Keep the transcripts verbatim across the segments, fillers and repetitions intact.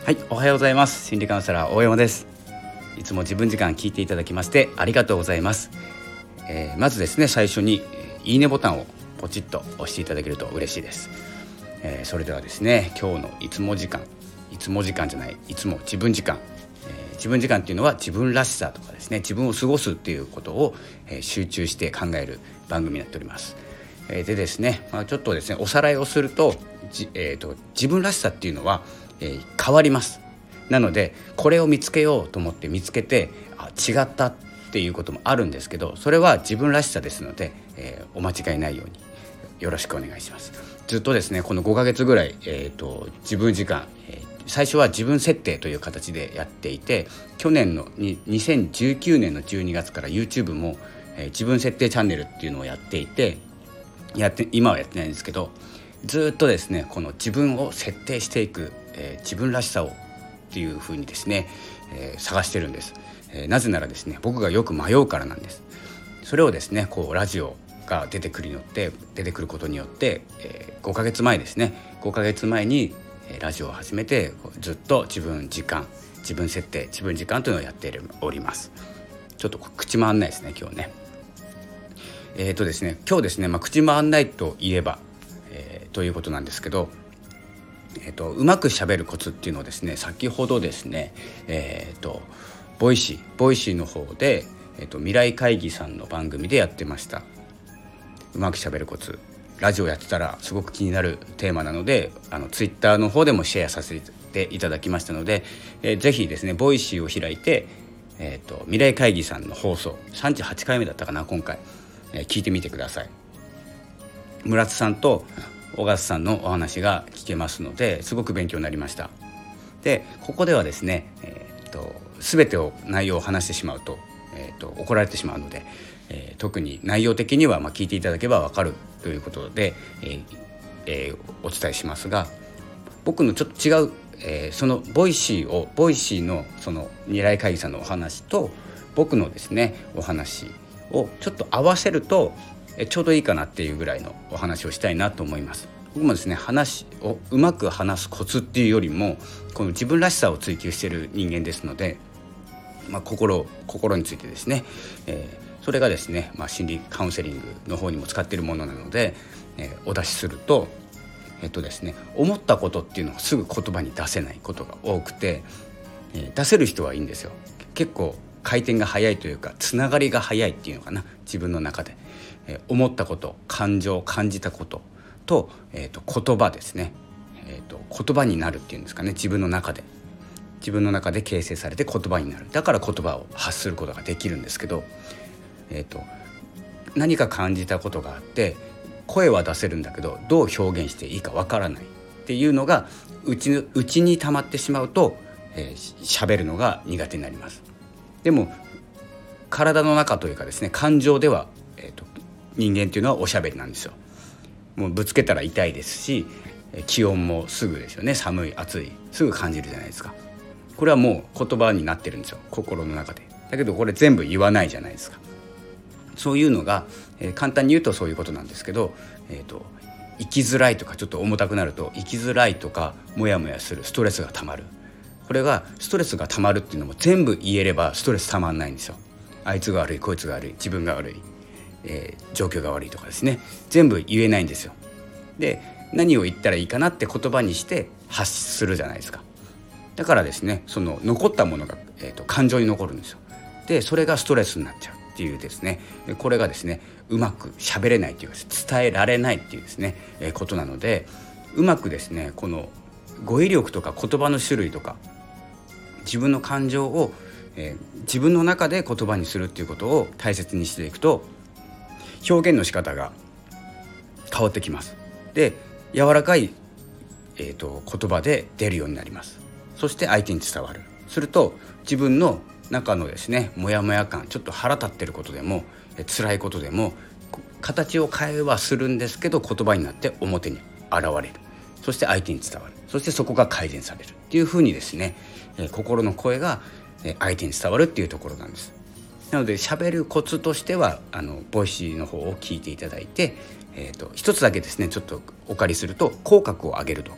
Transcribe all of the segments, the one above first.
はい、おはようございます。心理カウンセラー大山です。いつも自分時間聞いていただきましてありがとうございます。えー、まずですね、最初に、えー、いいねボタンをポチッと押していただけると嬉しいです。えー、それではですね、今日のいつも時間いつも時間じゃないいつも自分時間、えー、自分時間っていうのは自分らしさとかですね、自分を過ごすっていうことを、えー、集中して考える番組になっております。えー、でですね、まあ、ちょっとですねおさらいをすると、じ、えーと、自分らしさっていうのはえー、変わります。なのでこれを見つけようと思って見つけてあ違ったっていうこともあるんですけど、それは自分らしさですので、えー、お間違いないようによろしくお願いします。ずっとですねこのごかげつぐらい、えーと、自分時間、えー、最初は自分設定という形でやっていて、去年のににせんじゅうきゅうねんのじゅうにがつから YouTube も、えー、自分設定チャンネルっていうのをやっていてやって今はやってないんですけど、ずっとですねこの自分を設定していく、えー、自分らしさをっていう風にですね、えー、探してるんです。えー、なぜならですね僕がよく迷うからなんです。それをですねこうラジオが出てくるによって出てくることによって、えー、ごかげつまえですねごかげつまえに、えー、ラジオを始めてずっと自分時間自分設定自分時間というのをやっております。ちょっと口回んないですね今日ね。えーとですね今日ですね、まあ、口回んないといえばということなんですけど、えー、とうまくしゃべるコツっていうのをですね先ほどですね、えー、とボイシーボイシーの方で、えー、と未来会議さんの番組でやってました。うまくしゃべるコツ、ラジオやってたらすごく気になるテーマなので、あのツイッターの方でもシェアさせていただきましたので、えー、ぜひですねボイシーを開いて、えー、と未来会議さんの放送さんじゅうはちかいめだったかな今回、えー、聞いてみてください。村津さんと小笠さんのお話が聞けますので、すごく勉強になりました。でここではですね、えー、と全てを内容を話してしまうと,、えー、と怒られてしまうので、えー、特に内容的にはまあ聞いていただければ分かるということで、えーえー、お伝えしますが、僕のちょっと違う、えー、そのボイシーをボイシーのその未来会議さんのお話と僕のですねお話をちょっと合わせるとちょうどいいかなっていうぐらいのお話をしたいなと思います。僕もですね話をうまく話すコツっていうよりもこの自分らしさを追求している人間ですので、まあ、心心についてですね、えー、それがですね、まあ、心理カウンセリングの方にも使っているものなので、えー、お出しするとえっとですね思ったことっていうのをすぐ言葉に出せないことが多くて、えー、出せる人はいいんですよ。結構回転が早いというかつながりが早いっていうのかな、自分の中で思ったこと、感情、感じたことと、えー、と言葉ですね、えー、と言葉になるっていうんですかね、自分の中で自分の中で形成されて言葉になる。だから言葉を発することができるんですけど、えー、と何か感じたことがあって声は出せるんだけどどう表現していいかわからないっていうのがうちのうちに溜まってしまうと、えー、喋るのが苦手になります。でも体の中というかですね感情では、えー、と人間っていうのはおしゃべりなんですよ。もうぶつけたら痛いですし、気温もすぐですよね、寒い暑いすぐ感じるじゃないですか。これはもう言葉になってるんですよ、心の中で。だけどこれ全部言わないじゃないですか。そういうのが、えー、簡単に言うとそういうことなんですけど、えーと、生きづらいとかちょっと重たくなると生きづらいとかモヤモヤするストレスがたまる。これがストレスがたまるっていうのも全部言えればストレスたまんないんですよ。あいつが悪いこいつが悪い自分が悪い、えー、状況が悪いとかですね、全部言えないんですよ。で何を言ったらいいかなって言葉にして発するじゃないですか。だからですねその残ったものが、えーと、感情に残るんですよ。でそれがストレスになっちゃうっていうですね、これがですねうまく喋れないっていうか伝えられないっていうですね、えー、ことなので、うまくですねこの語彙力とか言葉の種類とか自分の感情を、えー、自分の中で言葉にするっていうことを大切にしていくと表現の仕方が変わってきます。で柔らかい、えーと、言葉で出るようになります。そして相手に伝わる。すると自分の中のですねモヤモヤ感、ちょっと腹立ってることでも、え辛いことでも形を変えはするんですけど言葉になって表に現れる。そして相手に伝わる。そしてそこが改善されるっていうふうにですね、えー、心の声が相手に伝わるっていうところなんです。なので喋るコツとしてはあのボイシーの方を聞いていただいて、えーと、一つだけですねちょっとお借りすると口角を上げるとか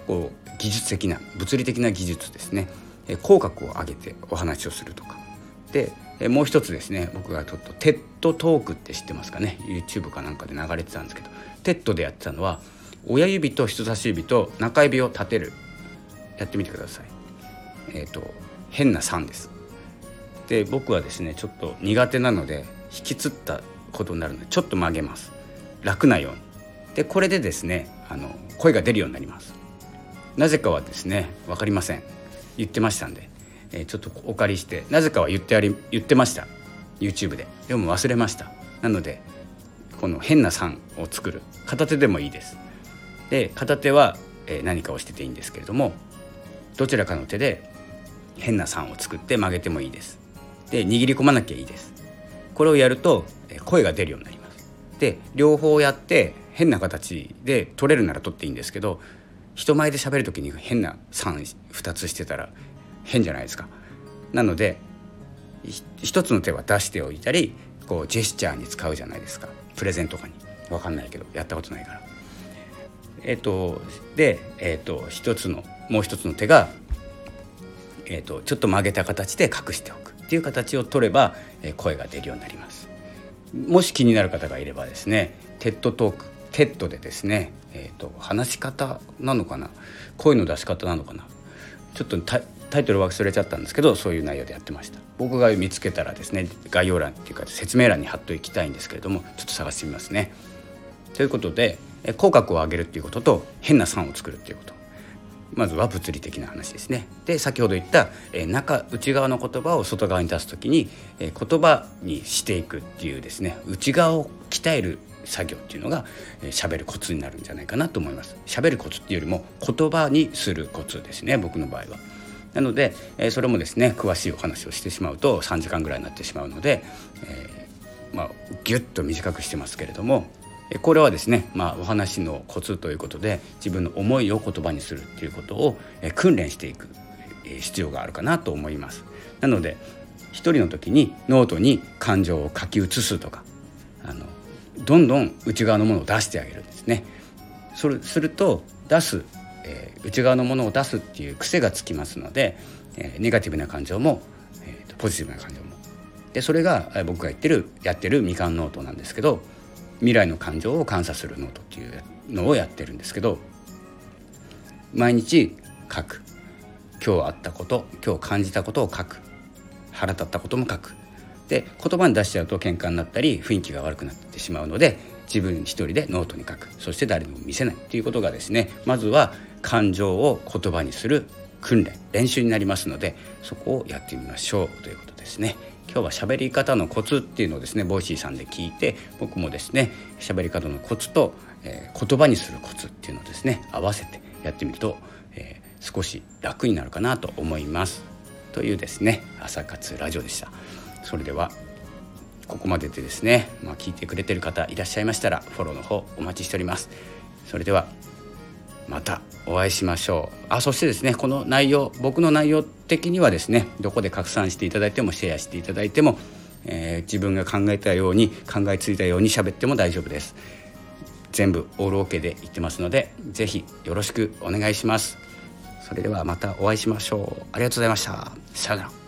こう技術的な物理的な技術ですね、え口角を上げてお話をするとかで、えもう一つですね、僕がちょっとテッドトークって知ってますかね。 YouTube かなんかで流れてたんですけど、テッドでやってたのは親指と人差し指と中指を立てる、やってみてください。えっと変なさんです。で僕はですねちょっと苦手なので引きつったことになるのでちょっと曲げます、楽なように。でこれでですねあの声が出るようになります。なぜかはですね分かりません。言ってましたんで、えー、ちょっとお借りして、なぜかは言ってあり言ってました YouTube で。でも忘れました。なのでこの変なさんを作る、片手でもいいです。で片手は、えー、何かをしてていいんですけれども、どちらかの手で変なさんを作って曲げてもいいです。で握り込まなきゃいいです。これをやると、えー、声が出るようになります。で両方やって変な形で取れるなら取っていいんですけど、人前で喋るときに変なさん、ふたつしてたら変じゃないですか。なので一つの手は出しておいたり、こうジェスチャーに使うじゃないですか。プレゼンとかに。分かんないけどやったことないから。えっとでえっと一つのもう一つの手が、えっとちょっと曲げた形で隠しておくっていう形を取れば、えー、声が出るようになります。もし気になる方がいればですね、テッドトークテッドでですね、えーと、話し方なのかな、声の出し方なのかな、ちょっとタイ、タイトル忘れちゃったんですけど、そういう内容でやってました。僕が見つけたらですね、概要欄っていうか説明欄に貼っておきたいんですけれども、ちょっと探してみますね。ということで、え口角を上げるっていうことと変なさんを作るっていうこと、まずは物理的な話ですね。で先ほど言った、えー、中内側の言葉を外側に出すときに、えー、言葉にしていくっていうですね、内側を鍛える作業っていうのが喋、えー、るコツになるんじゃないかなと思います。喋るコツっていうよりも言葉にするコツですね、僕の場合は。なので、えー、それもですね詳しいお話をしてしまうとさんじかんぐらいになってしまうので、えーまあ、ギュッと短くしてますけれども、これはですね、まあ、お話のコツということで、自分の思いを言葉にするっていうことを訓練していく必要があるかなと思います。なので一人の時にノートに感情を書き写すとか、あのどんどん内側のものを出してあげるんですね。それすると出す、えー、内側のものを出すっていう癖がつきますので、えー、ネガティブな感情も、えーと、ポジティブな感情も。でそれが、えー、僕が言ってるやってるみかんノートなんですけど、未来の感情を観察するノートっていうのをやってるんですけど、毎日書く、今日あったこと、今日感じたことを書く、腹立ったことも書く。で言葉に出しちゃうと喧嘩になったり雰囲気が悪くなってしまうので、自分一人でノートに書く、そして誰にも見せないっていうことがですね、まずは感情を言葉にする訓練、練習になりますので、そこをやってみましょうということですね。今日は喋り方のコツっていうのをですね、ボイシーさんで聞いて、僕もですね喋り方のコツと、えー、言葉にするコツっていうのをですね合わせてやってみると、えー、少し楽になるかなと思いますというですね、朝活ラジオでした。それではここまででですね、まあ、聞いてくれてる方いらっしゃいましたらフォローの方お待ちしております。それではまたお会いしましょう。あ、そしてですね、この内容、僕の内容的にはですね、どこで拡散していただいてもシェアしていただいても、えー、自分が考えたように考えついたように喋っても大丈夫です。全部オール OK で言ってますので、ぜひよろしくお願いします。それではまたお会いしましょう。ありがとうございました。さよなら。